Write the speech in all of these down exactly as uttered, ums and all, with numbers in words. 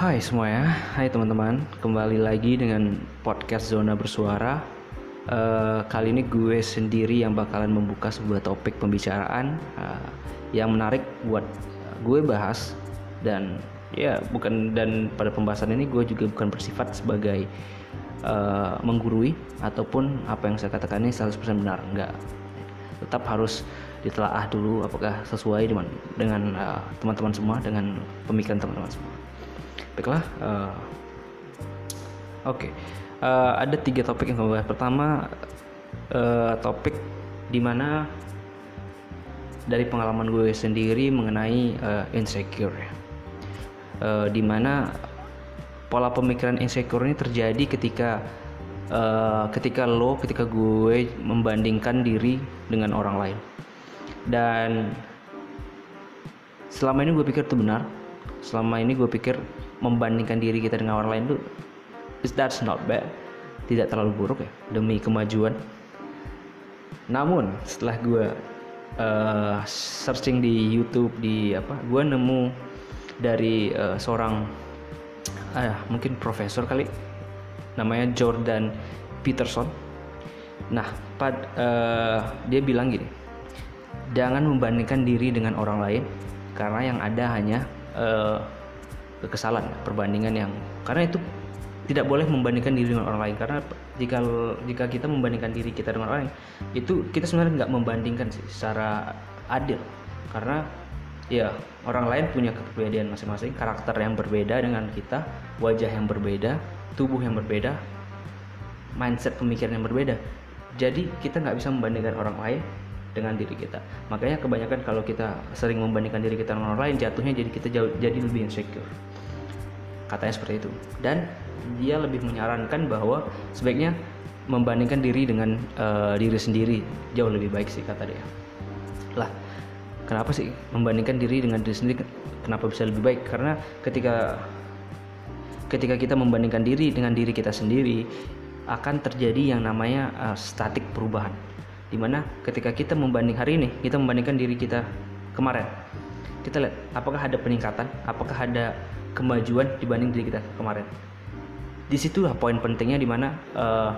Hai semuanya, hai teman-teman, kembali lagi dengan podcast Zona Bersuara. Uh, kali ini gue sendiri yang bakalan membuka sebuah topik pembicaraan uh, yang menarik buat gue bahas. Dan ya bukan dan pada pembahasan ini gue juga bukan bersifat sebagai uh, menggurui ataupun apa yang saya katakan ini seratus persen benar, enggak. Tetap harus ditelaah dulu apakah sesuai dengan dengan uh, teman-teman semua, dengan pemikiran teman-teman semua. Baiklah, uh, oke. Okay. Uh, ada tiga topik yang saya bahas. Pertama, uh, topik dimana dari pengalaman gue sendiri mengenai uh, insecure, uh, dimana pola pemikiran insecure ini terjadi ketika uh, ketika lo, ketika gue membandingkan diri dengan orang lain. Dan selama ini gue pikir itu benar. Selama ini gue pikir membandingkan diri kita dengan orang lain tuh that's not bad, tidak terlalu buruk ya, demi kemajuan. Namun setelah gue uh, searching di YouTube, di apa, gue nemu dari uh, seorang uh, mungkin profesor kali, namanya Jordan Peterson. Nah, pad, uh, dia bilang gini, jangan membandingkan diri dengan orang lain karena yang ada hanya uh, kekesalan, perbandingan yang karena itu tidak boleh membandingkan diri dengan orang lain, karena jika jika kita membandingkan diri kita dengan orang lain, itu kita sebenarnya nggak membandingkan sih secara adil, karena ya orang lain punya kepribadian masing-masing, karakter yang berbeda dengan kita, wajah yang berbeda, tubuh yang berbeda, mindset pemikiran yang berbeda. Jadi kita nggak bisa membandingkan orang lain dengan diri kita. Makanya kebanyakan kalau kita sering membandingkan diri kita dengan orang lain, jatuhnya jadi kita jauh, jadi lebih insecure. Katanya seperti itu. Dan dia lebih menyarankan bahwa sebaiknya membandingkan diri dengan uh, diri sendiri jauh lebih baik sih, kata dia. Lah, kenapa sih membandingkan diri dengan diri sendiri? Kenapa bisa lebih baik? Karena ketika ketika kita membandingkan diri dengan diri kita sendiri, akan terjadi yang namanya uh, statik perubahan. Dimana ketika kita membanding hari ini, kita membandingkan diri kita kemarin, kita lihat apakah ada peningkatan, apakah ada kemajuan dibanding diri kita kemarin. Di situlah poin pentingnya, dimana uh,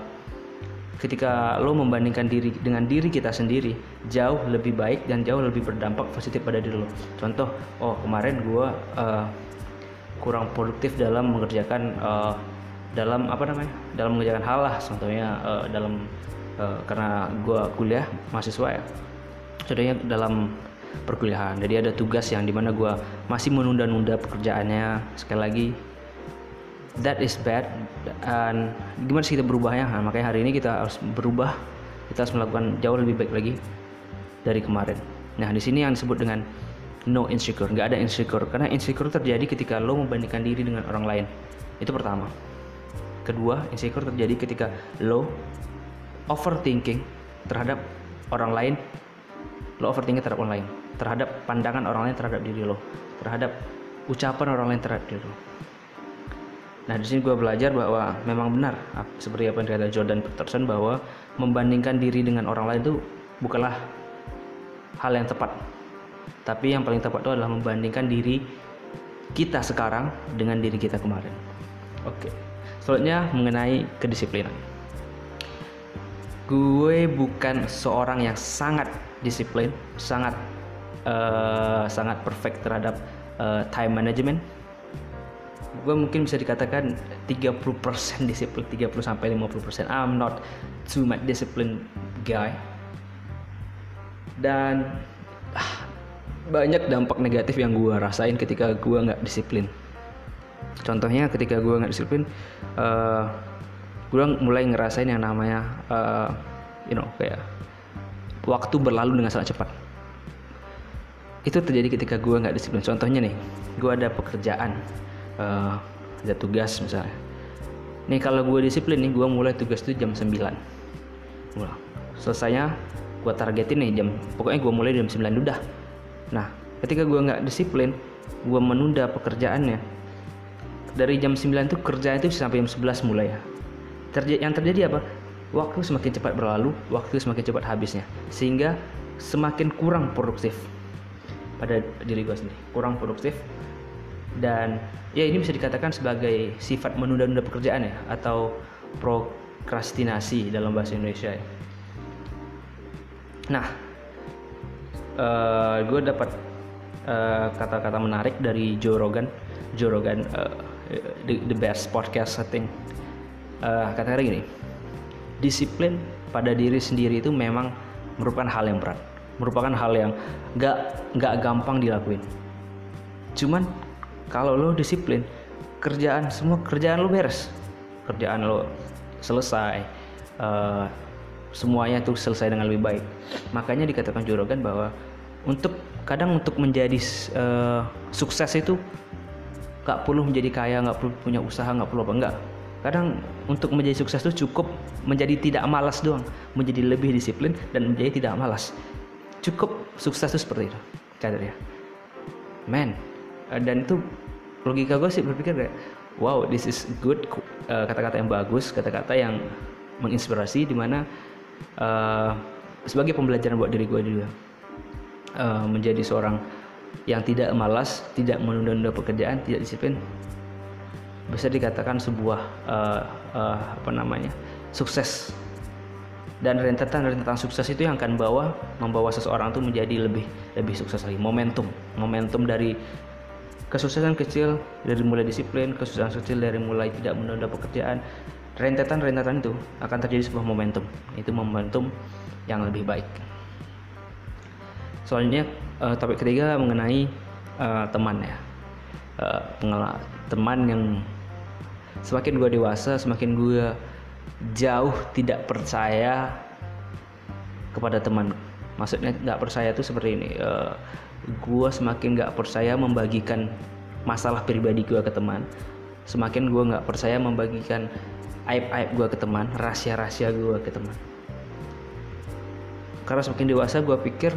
ketika lo membandingkan diri dengan diri kita sendiri, jauh lebih baik dan jauh lebih berdampak positif pada diri lo. Contoh, oh kemarin gue uh, kurang produktif dalam mengerjakan uh, dalam apa namanya dalam mengerjakan hal lah, contohnya uh, dalam Uh, karena gue kuliah mahasiswa ya, contohnya dalam perkuliahan, jadi ada tugas yang dimana gue masih menunda-nunda pekerjaannya. Sekali lagi, that is bad. Dan gimana sih kita berubahnya? Nah, makanya hari ini kita harus berubah, kita harus melakukan jauh lebih baik lagi dari kemarin. Nah, di sini yang disebut dengan no insecure, nggak ada insecure, karena insecure terjadi ketika lo membandingkan diri dengan orang lain. Itu pertama. Kedua, insecure terjadi ketika lo overthinking terhadap orang lain, lo overthinking terhadap orang lain, terhadap pandangan orang lain terhadap diri lo, terhadap ucapan orang lain terhadap diri lo. Nah, di sini gue belajar bahwa memang benar seperti apa yang dikatakan Jordan Peterson, bahwa membandingkan diri dengan orang lain itu bukanlah hal yang tepat, tapi yang paling tepat itu adalah membandingkan diri kita sekarang dengan diri kita kemarin. Oke, selanjutnya mengenai kedisiplinan. Gue bukan seorang yang sangat disiplin, sangat uh, sangat perfect terhadap uh, time management. Gue mungkin bisa dikatakan tiga puluh persen disiplin, tiga puluh sampai lima puluh persen. I'm not too much disciplined guy. Dan ah, banyak dampak negatif yang gue rasain ketika gue nggak disiplin. Contohnya ketika gue nggak disiplin, uh, gue mulai ngerasain yang namanya uh, you know kayak waktu berlalu dengan sangat cepat. Itu terjadi ketika gue nggak disiplin. Contohnya nih, gue ada pekerjaan, uh, ada tugas misalnya. Nih kalau gue disiplin nih, gue mulai tugas itu jam sembilan. Mulai. Selesainya gue targetin nih jam, pokoknya gue mulai jam sembilan udah. Nah, ketika gue nggak disiplin, gue menunda pekerjaannya. Dari jam sembilan tuh kerjaan itu sampai jam sebelas mulai ya. Terj- yang terjadi apa? Waktu semakin cepat berlalu, waktu semakin cepat habisnya, sehingga semakin kurang produktif pada diri gue sendiri, kurang produktif Dan ya ini bisa dikatakan sebagai sifat menunda-nunda pekerjaan ya, atau prokrastinasi dalam bahasa Indonesia ya. Nah, uh, gue dapat uh, kata-kata menarik dari Joe Rogan. Joe Rogan, uh, the, the best podcast I think. Uh, kata-kata gini, disiplin pada diri sendiri itu memang merupakan hal yang berat, merupakan hal yang gak, gak gampang dilakuin. Cuman kalau lo disiplin, kerjaan semua kerjaan lo beres, kerjaan lo selesai, uh, semuanya tuh selesai dengan lebih baik. Makanya dikatakan Joe Rogan bahwa untuk kadang untuk menjadi uh, sukses itu gak perlu menjadi kaya, gak perlu punya usaha, gak perlu apa enggak. Kadang untuk menjadi sukses itu cukup menjadi tidak malas doang, menjadi lebih disiplin dan menjadi tidak malas. Cukup sukses itu seperti itu, kadernya. Man, dan itu logika gue sih berpikir kayak, wow, this is good, uh, kata-kata yang bagus, kata-kata yang menginspirasi, dimana uh, sebagai pembelajaran buat diri gue juga, uh, menjadi seorang yang tidak malas, tidak menunda-nunda pekerjaan, tidak disiplin, bisa dikatakan sebuah uh, uh, apa namanya sukses. Dan rentetan-rentetan sukses itu yang akan bawa membawa seseorang tuh menjadi lebih lebih sukses lagi. Momentum, momentum dari kesuksesan kecil, dari mulai disiplin, kesuksesan kecil dari mulai tidak menunda pekerjaan, rentetan-rentetan itu akan terjadi sebuah momentum. Itu momentum yang lebih baik. Soalnya uh, topik ketiga mengenai uh, teman ya, uh, pengala- teman yang semakin gue dewasa, semakin gue jauh tidak percaya kepada teman. Maksudnya nggak percaya itu seperti ini, uh, gue semakin nggak percaya membagikan masalah pribadi gue ke teman, semakin gue nggak percaya membagikan aib-aib gue ke teman, rahasia-rahasia gue ke teman. Karena semakin dewasa gue pikir,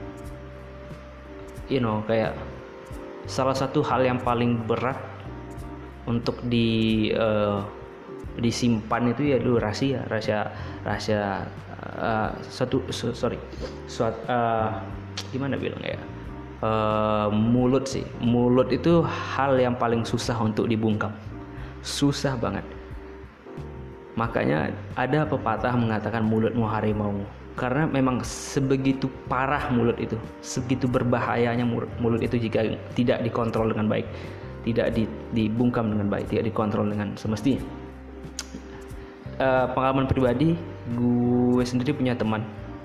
you know, kayak salah satu hal yang paling berat untuk di uh, disimpan itu ya dulu rahasia, rahasia, rahasia uh, satu sorry, suat, uh, gimana bilang ya, uh, mulut sih, mulut itu hal yang paling susah untuk dibungkam, susah banget. Makanya ada pepatah mengatakan mulutmu harimau, karena memang sebegitu parah mulut itu, segitu berbahayanya mulut, mulut itu jika tidak dikontrol dengan baik, tidak di, dibungkam dengan baik, tidak dikontrol dengan semestinya. Uh, pengalaman pribadi, gue sendiri punya teman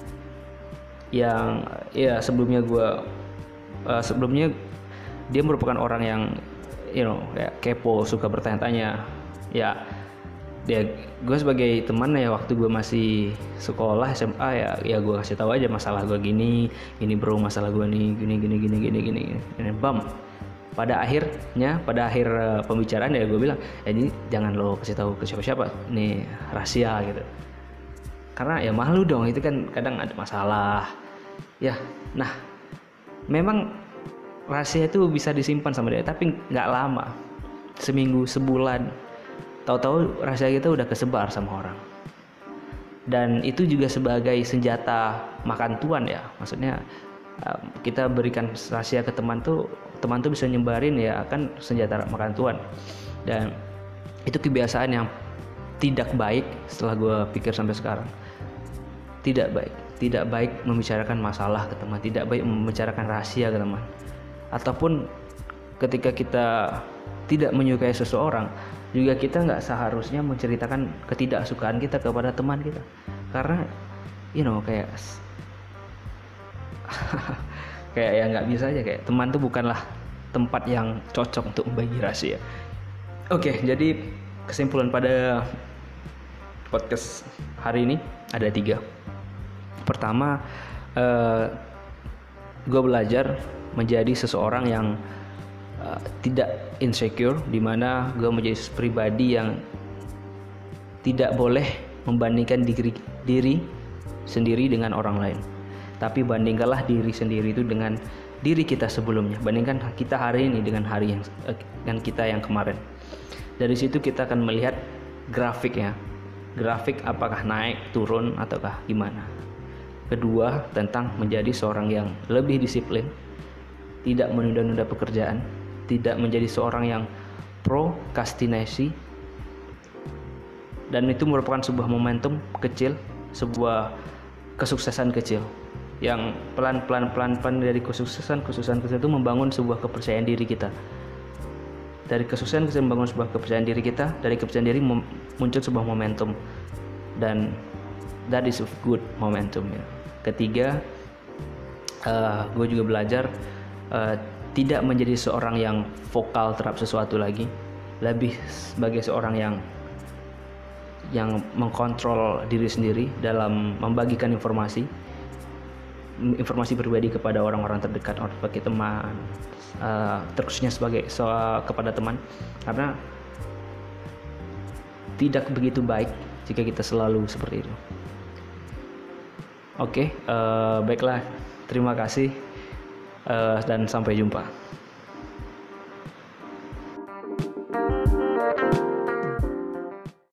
yang ya sebelumnya gue uh, sebelumnya dia merupakan orang yang you know kayak kepo, suka bertanya-tanya. Ya dia, gue sebagai teman ya waktu gue masih sekolah S M A ya ya gue kasih tahu aja masalah gue gini gini bro, masalah gue nih gini gini gini gini gini gini bam. Pada akhirnya, pada akhir uh, pembicaraan ya gue bilang, ya ini jangan lo kasih tahu ke siapa-siapa, ini rahasia gitu. Karena ya malu dong, itu kan kadang ada masalah. Ya, nah memang rahasia itu bisa disimpan sama dia, tapi nggak lama, seminggu, sebulan, tahu-tahu rahasia kita udah kesebar sama orang. Dan itu juga sebagai senjata makan tuan ya, maksudnya uh, kita berikan rahasia ke teman tuh, teman tuh bisa nyebarin ya akan senjata makan tuan. Dan itu kebiasaan yang tidak baik setelah gue pikir sampai sekarang. Tidak baik, tidak baik membicarakan masalah ke teman, tidak baik membicarakan rahasia ke teman. Ataupun ketika kita tidak menyukai seseorang, juga kita nggak seharusnya menceritakan ketidaksukaan kita kepada teman kita. Karena you know kayak kayak ya nggak bisa aja, kayak teman tuh bukanlah tempat yang cocok untuk membagi rahasia. Oke, jadi kesimpulan pada podcast hari ini ada tiga. Pertama, uh, gue belajar menjadi seseorang yang uh, tidak insecure, dimana gue menjadi pribadi yang tidak boleh membandingkan diri, diri sendiri dengan orang lain. Tapi bandingkanlah diri sendiri itu dengan diri kita sebelumnya. Bandingkan kita hari ini dengan hari yang dengan kita yang kemarin. Dari situ kita akan melihat grafiknya. Grafik apakah naik, turun, ataukah gimana. Kedua, tentang menjadi seorang yang lebih disiplin, tidak menunda-nunda pekerjaan, tidak menjadi seorang yang prokrastinasi, dan itu merupakan sebuah momentum kecil, sebuah kesuksesan kecil yang pelan-pelan pelan-pelan dari kesuksesan kesuksesan kecil itu membangun sebuah kepercayaan diri kita. Dari kesuksesan kita membangun sebuah kepercayaan diri kita, dari kepercayaan diri mem- muncul sebuah momentum, dan that is a good momentum ya. Ketiga, uh, gue juga belajar uh, tidak menjadi seorang yang vokal terhadap sesuatu lagi, lebih sebagai seorang yang yang mengkontrol diri sendiri dalam membagikan informasi informasi pribadi kepada orang-orang terdekat, orang sebagai teman, uh, terkhususnya sebagai so, kepada teman, karena tidak begitu baik jika kita selalu seperti itu. Oke, okay, uh, baiklah, terima kasih uh, dan sampai jumpa.